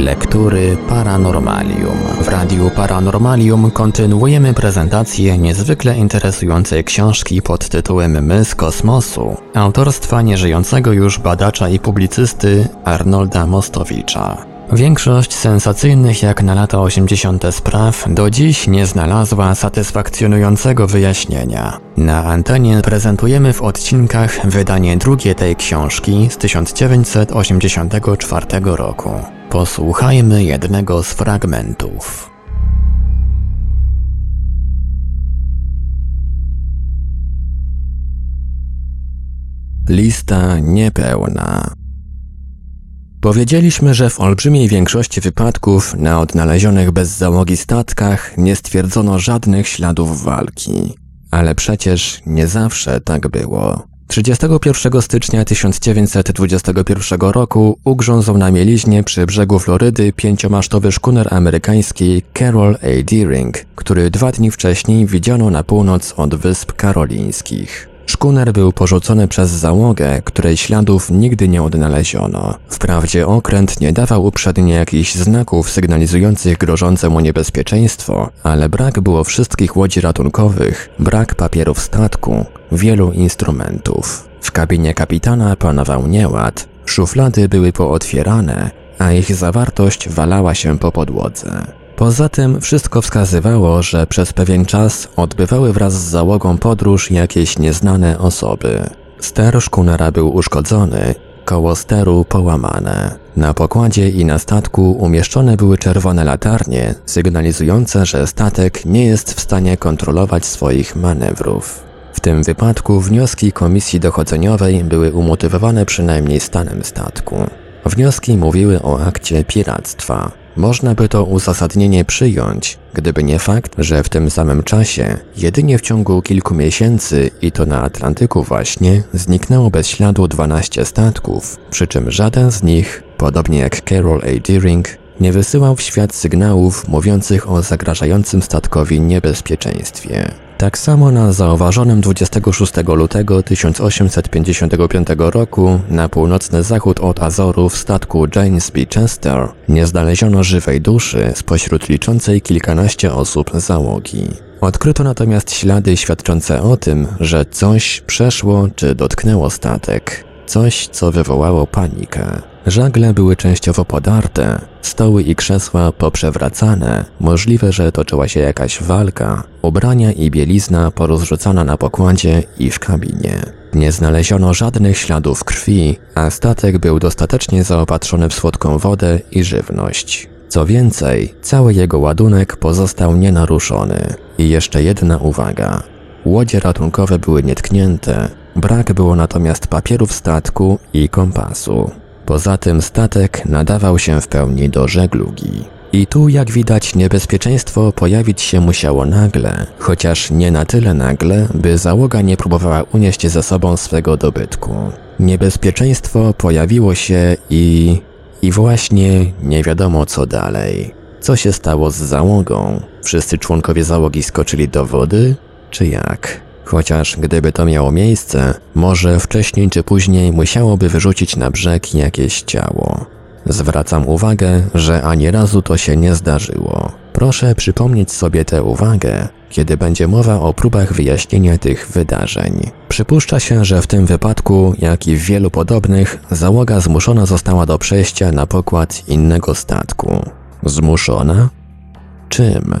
Lektury Paranormalium. W Radiu Paranormalium kontynuujemy prezentację niezwykle interesującej książki pod tytułem My z kosmosu, autorstwa nieżyjącego już badacza i publicysty Arnolda Mostowicza. Większość sensacyjnych jak na lata 80. spraw do dziś nie znalazła satysfakcjonującego wyjaśnienia. Na antenie prezentujemy w odcinkach wydanie drugie tej książki z 1984 roku. Posłuchajmy jednego z fragmentów. Lista niepełna. Powiedzieliśmy, że w olbrzymiej większości wypadków na odnalezionych bez załogi statkach nie stwierdzono żadnych śladów walki. Ale przecież nie zawsze tak było. 31 stycznia 1921 roku ugrzązł na mieliźnie przy brzegu Florydy 5-masztowy szkuner amerykański Carol A. Deering, który 2 dni wcześniej widziano na północ od Wysp Karolińskich. Szkuner był porzucony przez załogę, której śladów nigdy nie odnaleziono. Wprawdzie okręt nie dawał uprzednio jakichś znaków sygnalizujących grożące mu niebezpieczeństwo, ale brak było wszystkich łodzi ratunkowych, brak papierów statku, wielu instrumentów. W kabinie kapitana panował nieład, szuflady były pootwierane, a ich zawartość walała się po podłodze. Poza tym wszystko wskazywało, że przez pewien czas odbywały wraz z załogą podróż jakieś nieznane osoby. Ster szkunera był uszkodzony, koło steru połamane. Na pokładzie i na statku umieszczone były czerwone latarnie, sygnalizujące, że statek nie jest w stanie kontrolować swoich manewrów. W tym wypadku wnioski komisji dochodzeniowej były umotywowane przynajmniej stanem statku. Wnioski mówiły o akcie piractwa. Można by to uzasadnienie przyjąć, gdyby nie fakt, że w tym samym czasie, jedynie w ciągu kilku miesięcy i to na Atlantyku właśnie, zniknęło bez śladu 12 statków, przy czym żaden z nich, podobnie jak Carol A. Deering, nie wysyłał w świat sygnałów mówiących o zagrażającym statkowi niebezpieczeństwie. Tak samo na zauważonym 26 lutego 1855 roku na północny zachód od Azorów statku James B. Chester nie znaleziono żywej duszy spośród liczącej kilkanaście osób załogi. Odkryto natomiast ślady świadczące o tym, że coś przeszło czy dotknęło statek. Coś, co wywołało panikę. Żagle były częściowo podarte, stoły i krzesła poprzewracane, możliwe, że toczyła się jakaś walka, ubrania i bielizna porozrzucana na pokładzie i w kabinie. Nie znaleziono żadnych śladów krwi, a statek był dostatecznie zaopatrzony w słodką wodę i żywność. Co więcej, cały jego ładunek pozostał nienaruszony. I jeszcze jedna uwaga. Łodzie ratunkowe były nietknięte, brak było natomiast papierów statku i kompasu. Poza tym statek nadawał się w pełni do żeglugi. I tu, jak widać, niebezpieczeństwo pojawić się musiało nagle, chociaż nie na tyle nagle, by załoga nie próbowała unieść ze sobą swego dobytku. Niebezpieczeństwo pojawiło się i właśnie nie wiadomo co dalej. Co się stało z załogą? Wszyscy członkowie załogi skoczyli do wody? Czy jak? Chociaż gdyby to miało miejsce, może wcześniej czy później musiałoby wyrzucić na brzeg jakieś ciało. Zwracam uwagę, że ani razu to się nie zdarzyło. Proszę przypomnieć sobie tę uwagę, kiedy będzie mowa o próbach wyjaśnienia tych wydarzeń. Przypuszcza się, że w tym wypadku, jak i w wielu podobnych, załoga zmuszona została do przejścia na pokład innego statku. Zmuszona? Czym?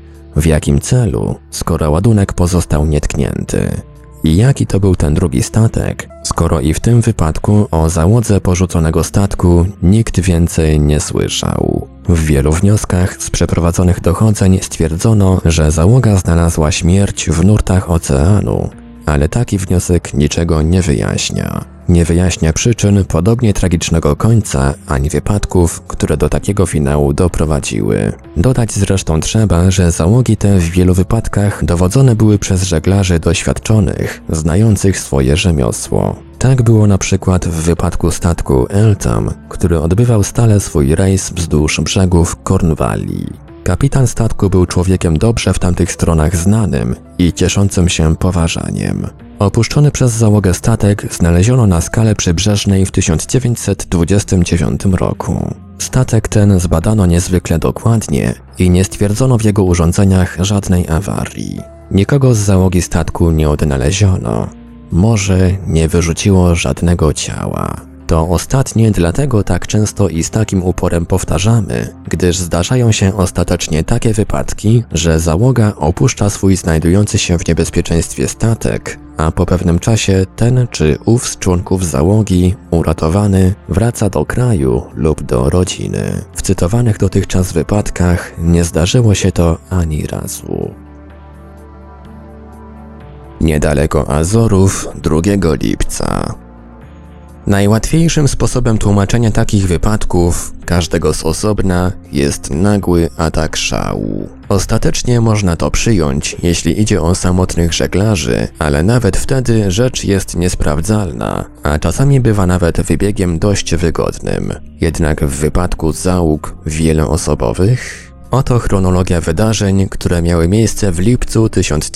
W jakim celu, skoro ładunek pozostał nietknięty? I jaki to był ten drugi statek, skoro i w tym wypadku o załodze porzuconego statku nikt więcej nie słyszał? W wielu wnioskach z przeprowadzonych dochodzeń stwierdzono, że załoga znalazła śmierć w nurtach oceanu, ale taki wniosek niczego nie wyjaśnia. Nie wyjaśnia przyczyn podobnie tragicznego końca, ani wypadków, które do takiego finału doprowadziły. Dodać zresztą trzeba, że załogi te w wielu wypadkach dowodzone były przez żeglarzy doświadczonych, znających swoje rzemiosło. Tak było na przykład w wypadku statku Eltham, który odbywał stale swój rejs wzdłuż brzegów Cornwalli. Kapitan statku był człowiekiem dobrze w tamtych stronach znanym i cieszącym się poważaniem. Opuszczony przez załogę statek znaleziono na skale przybrzeżnej w 1929 roku. Statek ten zbadano niezwykle dokładnie i nie stwierdzono w jego urządzeniach żadnej awarii. Nikogo z załogi statku nie odnaleziono. Morze nie wyrzuciło żadnego ciała. To ostatnie dlatego tak często i z takim uporem powtarzamy, gdyż zdarzają się ostatecznie takie wypadki, że załoga opuszcza swój znajdujący się w niebezpieczeństwie statek, a po pewnym czasie ten czy ów z członków załogi, uratowany, wraca do kraju lub do rodziny. W cytowanych dotychczas wypadkach nie zdarzyło się to ani razu. Niedaleko Azorów 2 lipca. Najłatwiejszym sposobem tłumaczenia takich wypadków, każdego z osobna, jest nagły atak szału. Ostatecznie można to przyjąć, jeśli idzie o samotnych żeglarzy, ale nawet wtedy rzecz jest niesprawdzalna, a czasami bywa nawet wybiegiem dość wygodnym. Jednak w wypadku załóg wieloosobowych... Oto chronologia wydarzeń, które miały miejsce w lipcu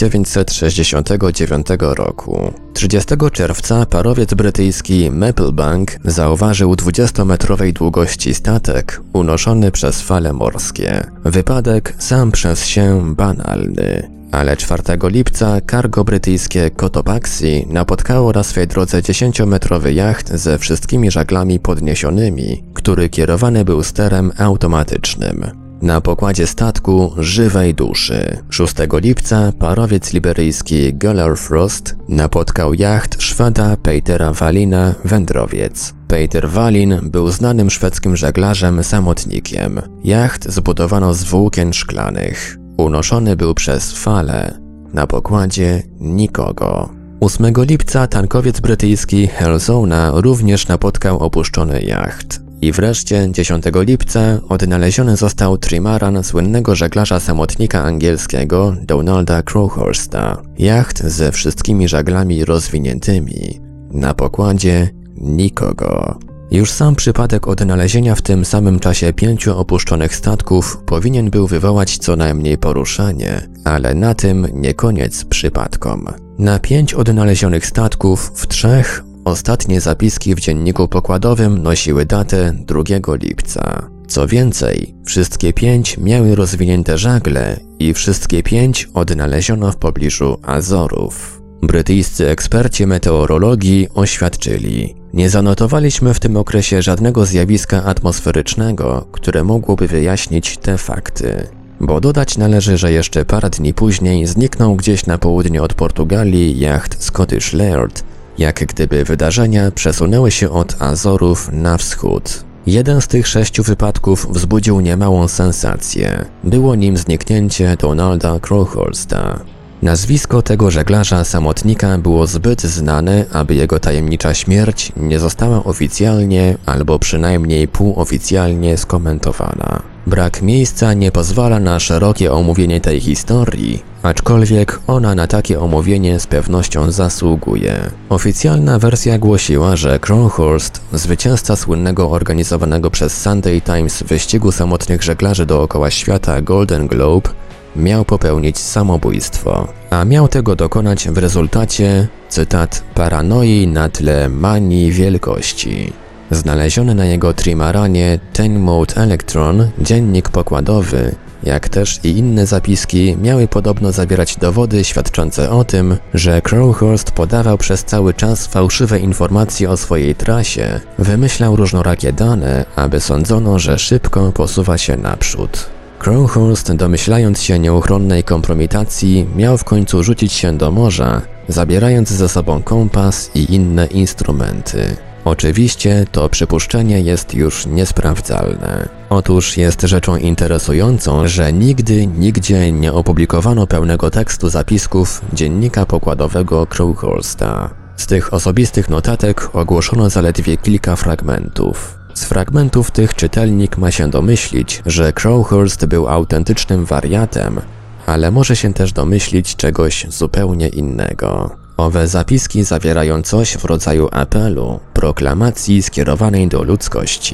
1969 roku. 30 czerwca parowiec brytyjski Maplebank zauważył 20-metrowej długości statek unoszony przez fale morskie. Wypadek sam przez się banalny. Ale 4 lipca cargo brytyjskie Cotopaxi napotkało na swej drodze 10-metrowy jacht ze wszystkimi żaglami podniesionymi, który kierowany był sterem automatycznym. Na pokładzie statku żywej duszy. 6 lipca parowiec liberyjski Guller Frost napotkał jacht Szweda Petera Wallina Wędrowiec. Peter Wallin był znanym szwedzkim żeglarzem samotnikiem. Jacht zbudowano z włókien szklanych. Unoszony był przez fale. Na pokładzie nikogo. 8 lipca tankowiec brytyjski Hellzona również napotkał opuszczony jacht. I wreszcie 10 lipca odnaleziony został trimaran słynnego żeglarza samotnika angielskiego Donalda Crowhursta. Jacht ze wszystkimi żaglami rozwiniętymi. Na pokładzie nikogo. Już sam przypadek odnalezienia w tym samym czasie 5 opuszczonych statków powinien był wywołać co najmniej poruszenie, ale na tym nie koniec przypadkom. Na 5 odnalezionych statków w 3 ostatnie zapiski w dzienniku pokładowym nosiły datę 2 lipca. Co więcej, wszystkie 5 miały rozwinięte żagle i wszystkie 5 odnaleziono w pobliżu Azorów. Brytyjscy eksperci meteorologii oświadczyli: nie zanotowaliśmy w tym okresie żadnego zjawiska atmosferycznego, które mogłoby wyjaśnić te fakty. Bo dodać należy, że jeszcze parę dni później zniknął gdzieś na południe od Portugalii jacht Scottish Laird, jak gdyby wydarzenia przesunęły się od Azorów na wschód. Jeden z tych 6 wypadków wzbudził niemałą sensację. Było nim zniknięcie Donalda Crowhursta. Nazwisko tego żeglarza samotnika było zbyt znane, aby jego tajemnicza śmierć nie została oficjalnie albo przynajmniej półoficjalnie skomentowana. Brak miejsca nie pozwala na szerokie omówienie tej historii, aczkolwiek ona na takie omówienie z pewnością zasługuje. Oficjalna wersja głosiła, że Crowhurst, zwycięzca słynnego organizowanego przez Sunday Times wyścigu samotnych żeglarzy dookoła świata Golden Globe, miał popełnić samobójstwo, a miał tego dokonać w rezultacie, cytat, paranoi na tle manii wielkości. Znaleziony na jego trimaranie Ten Mode Electron, dziennik pokładowy, jak też i inne zapiski miały podobno zawierać dowody świadczące o tym, że Crowhurst podawał przez cały czas fałszywe informacje o swojej trasie, wymyślał różnorakie dane, aby sądzono, że szybko posuwa się naprzód. Crowhurst, domyślając się nieuchronnej kompromitacji, miał w końcu rzucić się do morza, zabierając ze sobą kompas i inne instrumenty. Oczywiście to przypuszczenie jest już niesprawdzalne. Otóż jest rzeczą interesującą, że nigdzie nie opublikowano pełnego tekstu zapisków dziennika pokładowego Crowhursta. Z tych osobistych notatek ogłoszono zaledwie kilka fragmentów. Z fragmentów tych czytelnik ma się domyślić, że Crowhurst był autentycznym wariatem, ale może się też domyślić czegoś zupełnie innego. Owe zapiski zawierają coś w rodzaju apelu, proklamacji skierowanej do ludzkości.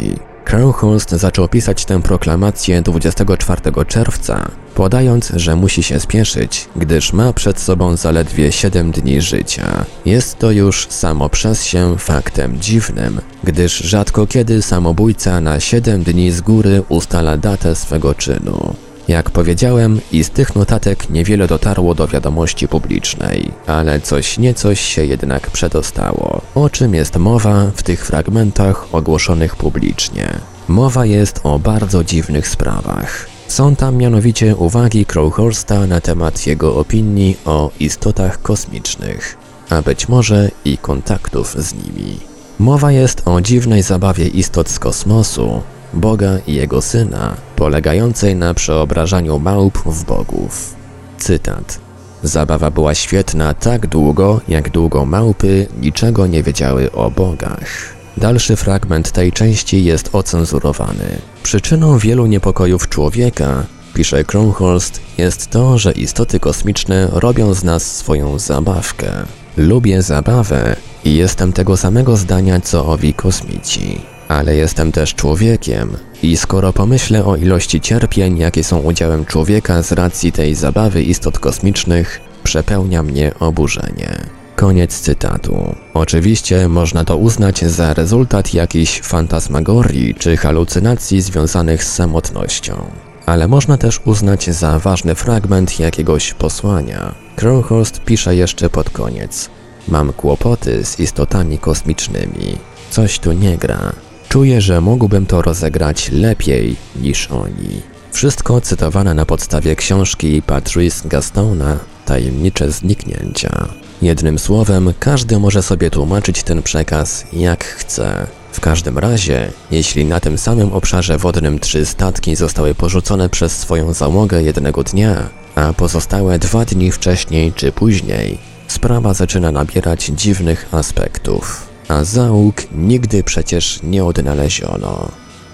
Crowhurst zaczął pisać tę proklamację 24 czerwca, podając, że musi się spieszyć, gdyż ma przed sobą zaledwie 7 dni życia. Jest to już samo przez się faktem dziwnym, gdyż rzadko kiedy samobójca na 7 dni z góry ustala datę swego czynu. Jak powiedziałem, i z tych notatek niewiele dotarło do wiadomości publicznej, ale coś niecoś się jednak przedostało. O czym jest mowa w tych fragmentach ogłoszonych publicznie? Mowa jest o bardzo dziwnych sprawach. Są tam mianowicie uwagi Crowhursta na temat jego opinii o istotach kosmicznych, a być może i kontaktów z nimi. Mowa jest o dziwnej zabawie istot z kosmosu, Boga i jego syna, polegającej na przeobrażaniu małp w bogów. Cytat. Zabawa była świetna tak długo, jak długo małpy niczego nie wiedziały o bogach. Dalszy fragment tej części jest ocenzurowany. Przyczyną wielu niepokojów człowieka, pisze Crowhurst, jest to, że istoty kosmiczne robią z nas swoją zabawkę. Lubię zabawę i jestem tego samego zdania co owi kosmici. Ale jestem też człowiekiem i skoro pomyślę o ilości cierpień, jakie są udziałem człowieka z racji tej zabawy istot kosmicznych, przepełnia mnie oburzenie. Koniec cytatu. Oczywiście można to uznać za rezultat jakiejś fantasmagorii czy halucynacji związanych z samotnością. Ale można też uznać za ważny fragment jakiegoś posłania. Crowhurst pisze jeszcze pod koniec. Mam kłopoty z istotami kosmicznymi. Coś tu nie gra. Czuję, że mógłbym to rozegrać lepiej niż oni. Wszystko cytowane na podstawie książki Patrice Gastona Tajemnicze zniknięcia. Jednym słowem, każdy może sobie tłumaczyć ten przekaz jak chce. W każdym razie, jeśli na tym samym obszarze wodnym 3 statki zostały porzucone przez swoją załogę jednego dnia, a pozostałe 2 dni wcześniej czy później, sprawa zaczyna nabierać dziwnych aspektów. A załóg nigdy przecież nie odnaleziono.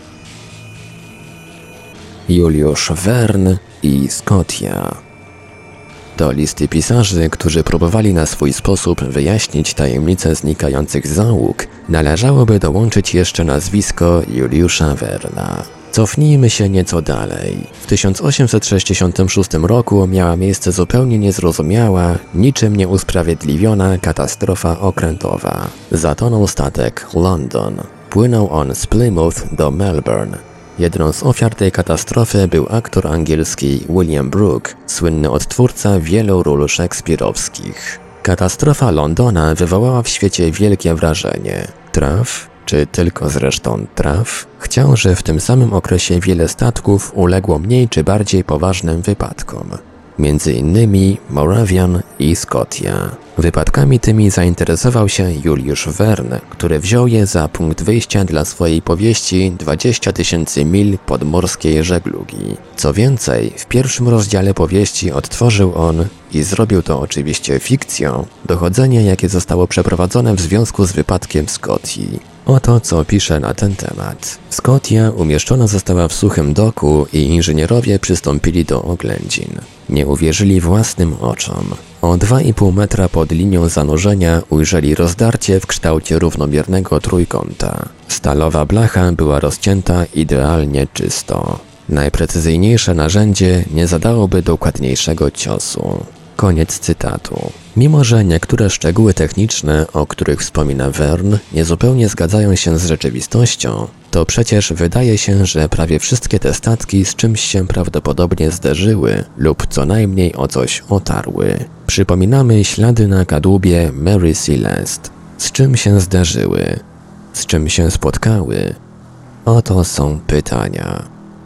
Juliusz Verne i Scotia. Do listy pisarzy, którzy próbowali na swój sposób wyjaśnić tajemnicę znikających załóg, należałoby dołączyć jeszcze nazwisko Juliusza Verna. Cofnijmy się nieco dalej. W 1866 roku miała miejsce zupełnie niezrozumiała, niczym nieusprawiedliwiona katastrofa okrętowa. Zatonął statek London. Płynął on z Plymouth do Melbourne. Jedną z ofiar tej katastrofy był aktor angielski William Brooke, słynny odtwórca wielu ról szekspirowskich. Katastrofa Londona wywołała w świecie wielkie wrażenie. Czy tylko zresztą chciał, że w tym samym okresie wiele statków uległo mniej czy bardziej poważnym wypadkom. Między innymi Moravian i Scotia. Wypadkami tymi zainteresował się Juliusz Verne, który wziął je za punkt wyjścia dla swojej powieści 20 000 mil podmorskiej żeglugi. Co więcej, w pierwszym rozdziale powieści odtworzył on, i zrobił to oczywiście fikcją, dochodzenie, jakie zostało przeprowadzone w związku z wypadkiem Scotii. Oto co pisze na ten temat. Scotia umieszczona została w suchym doku i inżynierowie przystąpili do oględzin. Nie uwierzyli własnym oczom. O 2,5 metra pod linią zanurzenia ujrzeli rozdarcie w kształcie równomiernego trójkąta. Stalowa blacha była rozcięta idealnie czysto. Najprecyzyjniejsze narzędzie nie zadałoby dokładniejszego ciosu. Koniec cytatu. Mimo że niektóre szczegóły techniczne, o których wspomina Verne, niezupełnie zgadzają się z rzeczywistością, to przecież wydaje się, że prawie wszystkie te statki z czymś się prawdopodobnie zderzyły lub co najmniej o coś otarły. Przypominamy ślady na kadłubie Mary Celeste. Z czym się zderzyły? Z czym się spotkały? Oto są pytania.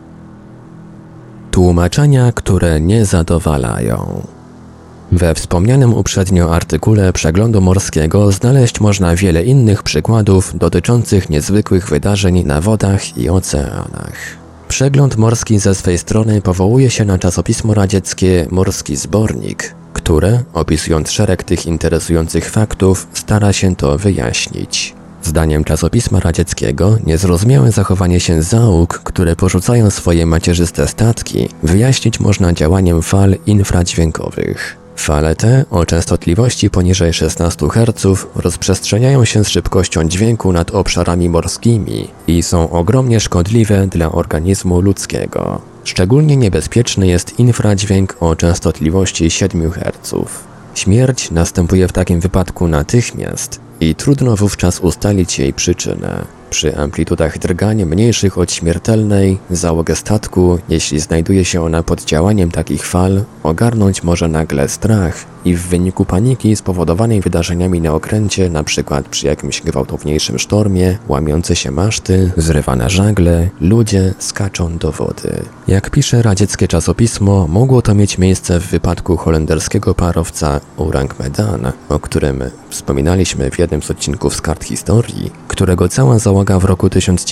Tłumaczenia, które nie zadowalają. We wspomnianym uprzednio artykule Przeglądu Morskiego znaleźć można wiele innych przykładów dotyczących niezwykłych wydarzeń na wodach i oceanach. Przegląd Morski ze swej strony powołuje się na czasopismo radzieckie Morski Zbornik, które, opisując szereg tych interesujących faktów, stara się to wyjaśnić. Zdaniem czasopisma radzieckiego niezrozumiałe zachowanie się załóg, które porzucają swoje macierzyste statki, wyjaśnić można działaniem fal infradźwiękowych. Fale te o częstotliwości poniżej 16 Hz rozprzestrzeniają się z szybkością dźwięku nad obszarami morskimi i są ogromnie szkodliwe dla organizmu ludzkiego. Szczególnie niebezpieczny jest infradźwięk o częstotliwości 7 Hz. Śmierć następuje w takim wypadku natychmiast i trudno wówczas ustalić jej przyczynę. Przy amplitudach drgań mniejszych od śmiertelnej, załogę statku, jeśli znajduje się ona pod działaniem takich fal, ogarnąć może nagle strach i w wyniku paniki spowodowanej wydarzeniami na okręcie, np. przy jakimś gwałtowniejszym sztormie, łamiące się maszty, zrywane żagle, ludzie skaczą do wody. Jak pisze radzieckie czasopismo, mogło to mieć miejsce w wypadku holenderskiego parowca Orang Medan, o którym wspominaliśmy w jednym z odcinków z kart historii, którego cała załoga w roku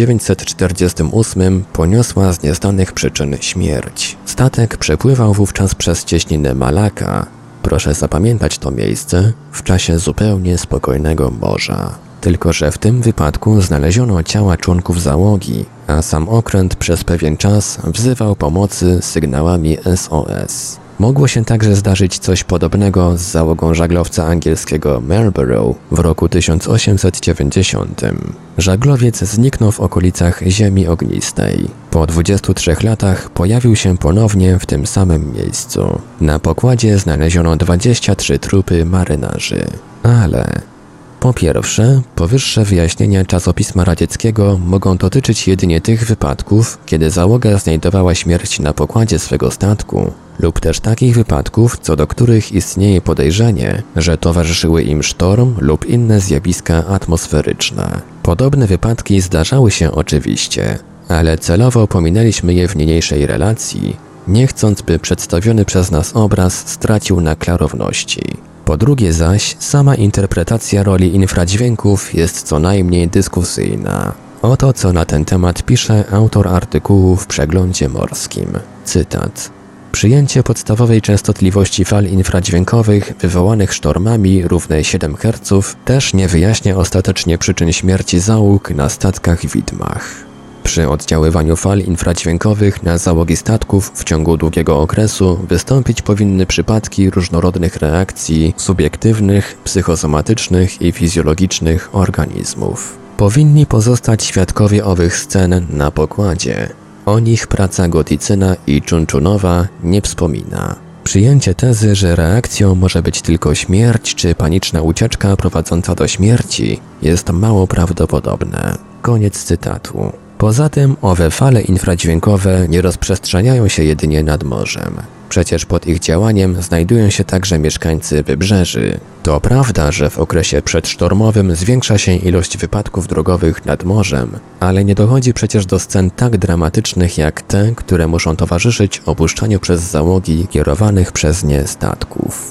1948 poniosła z nieznanych przyczyn śmierć. Statek przepływał wówczas przez cieśninę Malaka. Proszę zapamiętać to miejsce w czasie zupełnie spokojnego morza. Tylko że w tym wypadku znaleziono ciała członków załogi, a sam okręt przez pewien czas wzywał pomocy sygnałami SOS. Mogło się także zdarzyć coś podobnego z załogą żaglowca angielskiego Marlborough w roku 1890. Żaglowiec zniknął w okolicach Ziemi Ognistej. Po 23 latach pojawił się ponownie w tym samym miejscu. Na pokładzie znaleziono 23 trupy marynarzy. Ale po pierwsze, powyższe wyjaśnienia czasopisma radzieckiego mogą dotyczyć jedynie tych wypadków, kiedy załoga znajdowała śmierć na pokładzie swego statku, lub też takich wypadków, co do których istnieje podejrzenie, że towarzyszyły im sztorm lub inne zjawiska atmosferyczne. Podobne wypadki zdarzały się oczywiście, ale celowo pominęliśmy je w niniejszej relacji, nie chcąc, by przedstawiony przez nas obraz stracił na klarowności. Po drugie zaś, sama interpretacja roli infradźwięków jest co najmniej dyskusyjna. Oto co na ten temat pisze autor artykułu w Przeglądzie Morskim. Cytat. Przyjęcie podstawowej częstotliwości fal infradźwiękowych wywołanych sztormami równej 7 Hz też nie wyjaśnia ostatecznie przyczyn śmierci załóg na statkach widmach. Przy oddziaływaniu fal infradźwiękowych na załogi statków w ciągu długiego okresu wystąpić powinny przypadki różnorodnych reakcji subiektywnych, psychosomatycznych i fizjologicznych organizmów. Powinni pozostać świadkowie owych scen na pokładzie. O nich praca Goticyna i Czunchunowa nie wspomina. Przyjęcie tezy, że reakcją może być tylko śmierć czy paniczna ucieczka prowadząca do śmierci, jest mało prawdopodobne. Koniec cytatu. Poza tym owe fale infradźwiękowe nie rozprzestrzeniają się jedynie nad morzem. Przecież pod ich działaniem znajdują się także mieszkańcy wybrzeży. To prawda, że w okresie przedsztormowym zwiększa się ilość wypadków drogowych nad morzem, ale nie dochodzi przecież do scen tak dramatycznych jak te, które muszą towarzyszyć opuszczaniu przez załogi kierowanych przez nie statków.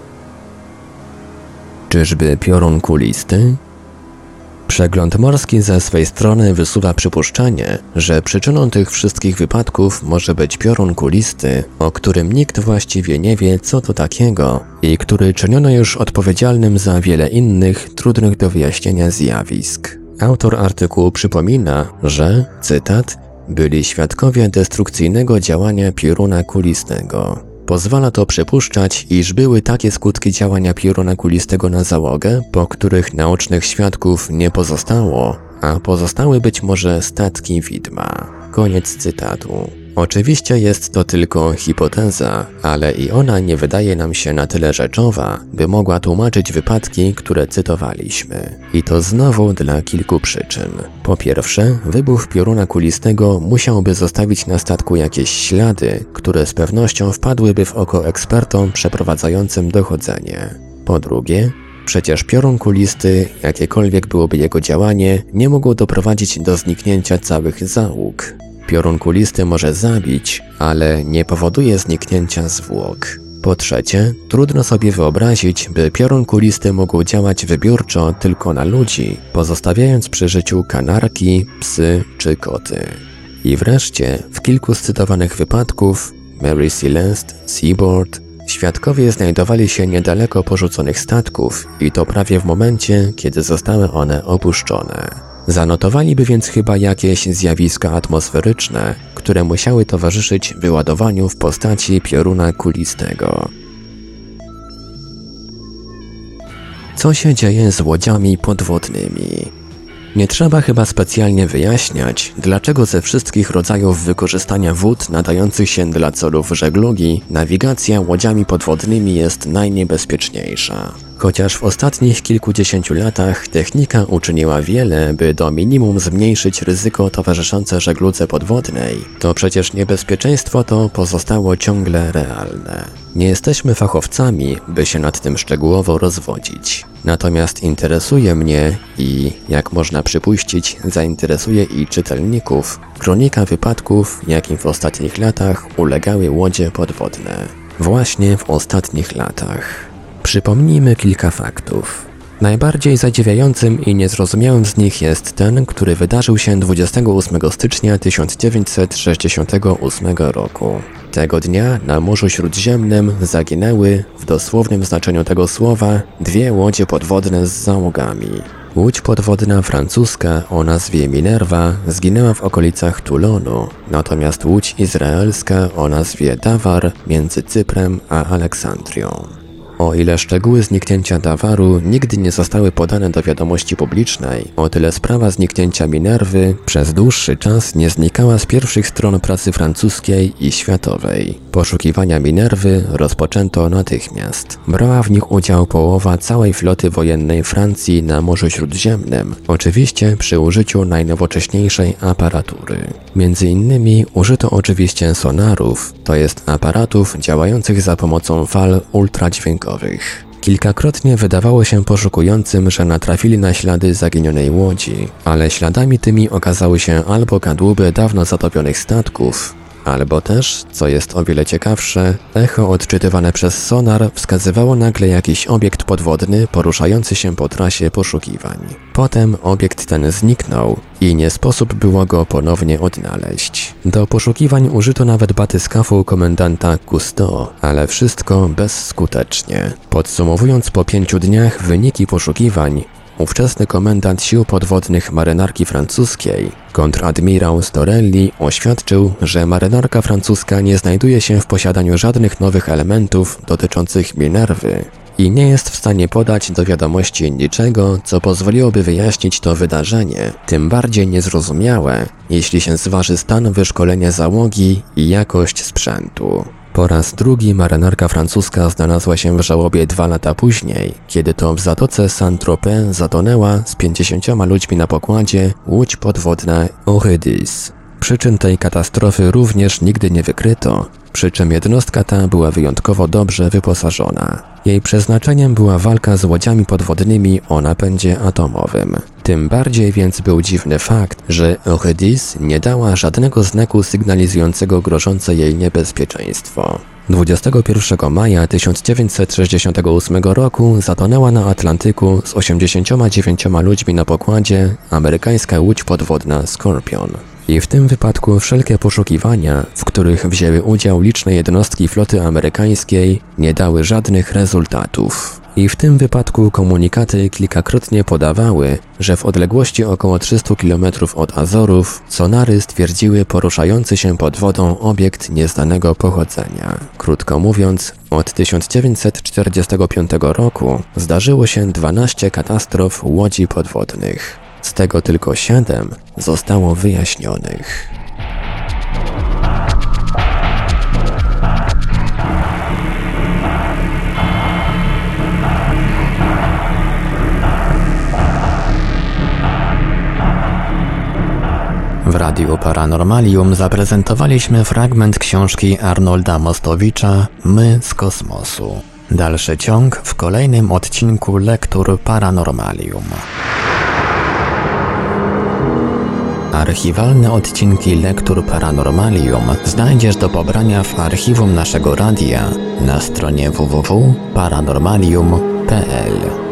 Czyżby piorun kulisty? Przegląd morski ze swej strony wysuwa przypuszczenie, że przyczyną tych wszystkich wypadków może być piorun kulisty, o którym nikt właściwie nie wie, co to takiego i który czyniono już odpowiedzialnym za wiele innych, trudnych do wyjaśnienia zjawisk. Autor artykułu przypomina, że, cytat, byli świadkowie destrukcyjnego działania pioruna kulistego. Pozwala to przypuszczać, iż były takie skutki działania pioruna kulistego na załogę, po których naocznych świadków nie pozostało, a pozostały być może statki widma. Koniec cytatu. Oczywiście jest to tylko hipoteza, ale i ona nie wydaje nam się na tyle rzeczowa, by mogła tłumaczyć wypadki, które cytowaliśmy. I to znowu dla kilku przyczyn. Po pierwsze, wybuch pioruna kulistego musiałby zostawić na statku jakieś ślady, które z pewnością wpadłyby w oko ekspertom przeprowadzającym dochodzenie. Po drugie, przecież piorun kulisty, jakiekolwiek byłoby jego działanie, nie mogło doprowadzić do zniknięcia całych załóg. Piorun kulisty może zabić, ale nie powoduje zniknięcia zwłok. Po trzecie, trudno sobie wyobrazić, by piorun kulisty mógł działać wybiórczo tylko na ludzi, pozostawiając przy życiu kanarki, psy czy koty. I wreszcie, w kilku z cytowanych wypadków, Mary Celeste, Seaboard, świadkowie znajdowali się niedaleko porzuconych statków i to prawie w momencie, kiedy zostały one opuszczone. Zanotowaliby więc chyba jakieś zjawiska atmosferyczne, które musiały towarzyszyć wyładowaniu w postaci pioruna kulistego. Co się dzieje z łodziami podwodnymi? Nie trzeba chyba specjalnie wyjaśniać, dlaczego ze wszystkich rodzajów wykorzystania wód nadających się dla celów żeglugi, nawigacja łodziami podwodnymi jest najniebezpieczniejsza. Chociaż w ostatnich kilkudziesięciu latach technika uczyniła wiele, by do minimum zmniejszyć ryzyko towarzyszące żegludze podwodnej, to przecież niebezpieczeństwo to pozostało ciągle realne. Nie jesteśmy fachowcami, by się nad tym szczegółowo rozwodzić. Natomiast interesuje mnie i, jak można przypuścić, zainteresuje i czytelników, kronika wypadków, jakim w ostatnich latach ulegały łodzie podwodne. Właśnie w ostatnich latach. Przypomnijmy kilka faktów. Najbardziej zadziwiającym i niezrozumiałym z nich jest ten, który wydarzył się 28 stycznia 1968 roku. Tego dnia na Morzu Śródziemnym zaginęły, w dosłownym znaczeniu tego słowa, 2 łodzie podwodne z załogami. Łódź podwodna francuska o nazwie Minerva zginęła w okolicach Toulonu, natomiast łódź izraelska o nazwie Dawar między Cyprem a Aleksandrią. O ile szczegóły zniknięcia Dawaru nigdy nie zostały podane do wiadomości publicznej, o tyle sprawa zniknięcia Minerwy przez dłuższy czas nie znikała z pierwszych stron prasy francuskiej i światowej. Poszukiwania Minerwy rozpoczęto natychmiast. Brała w nich udział połowa całej floty wojennej Francji na Morzu Śródziemnym, oczywiście przy użyciu najnowocześniejszej aparatury. Między innymi użyto oczywiście sonarów, to jest aparatów działających za pomocą fal ultradźwiękowych. Kilkakrotnie wydawało się poszukującym, że natrafili na ślady zaginionej łodzi, ale śladami tymi okazały się albo kadłuby dawno zatopionych statków, albo też, co jest o wiele ciekawsze, echo odczytywane przez sonar wskazywało nagle jakiś obiekt podwodny poruszający się po trasie poszukiwań. Potem obiekt ten zniknął i nie sposób było go ponownie odnaleźć. Do poszukiwań użyto nawet batyskafu komendanta Cousteau, ale wszystko bezskutecznie. Podsumowując po 5 dniach wyniki poszukiwań, ówczesny komendant sił podwodnych marynarki francuskiej, kontradmirał Storelli, oświadczył, że marynarka francuska nie znajduje się w posiadaniu żadnych nowych elementów dotyczących Minerwy i nie jest w stanie podać do wiadomości niczego, co pozwoliłoby wyjaśnić to wydarzenie, tym bardziej niezrozumiałe, jeśli się zważy stan wyszkolenia załogi i jakość sprzętu. Po raz drugi marynarka francuska znalazła się w żałobie 2 lata później, kiedy to w zatoce Saint-Tropez zatonęła z 50 ludźmi na pokładzie łódź podwodna Eurydice. Przyczyn tej katastrofy również nigdy nie wykryto, przy czym jednostka ta była wyjątkowo dobrze wyposażona. Jej przeznaczeniem była walka z łodziami podwodnymi o napędzie atomowym. Tym bardziej więc był dziwny fakt, że Eurydice nie dała żadnego znaku sygnalizującego grożące jej niebezpieczeństwo. 21 maja 1968 roku zatonęła na Atlantyku z 89 ludźmi na pokładzie amerykańska łódź podwodna Scorpion. I w tym wypadku wszelkie poszukiwania, w których wzięły udział liczne jednostki floty amerykańskiej, nie dały żadnych rezultatów. I w tym wypadku komunikaty kilkakrotnie podawały, że w odległości około 300 km od Azorów sonary stwierdziły poruszający się pod wodą obiekt nieznanego pochodzenia. Krótko mówiąc, od 1945 roku zdarzyło się 12 katastrof łodzi podwodnych. Z tego tylko 7 zostało wyjaśnionych. W Radiu Paranormalium zaprezentowaliśmy fragment książki Arnolda Mostowicza My z kosmosu. Dalszy ciąg w kolejnym odcinku Lektur Paranormalium. Archiwalne odcinki Lektur Paranormalium znajdziesz do pobrania w archiwum naszego radia na stronie www.paranormalium.pl.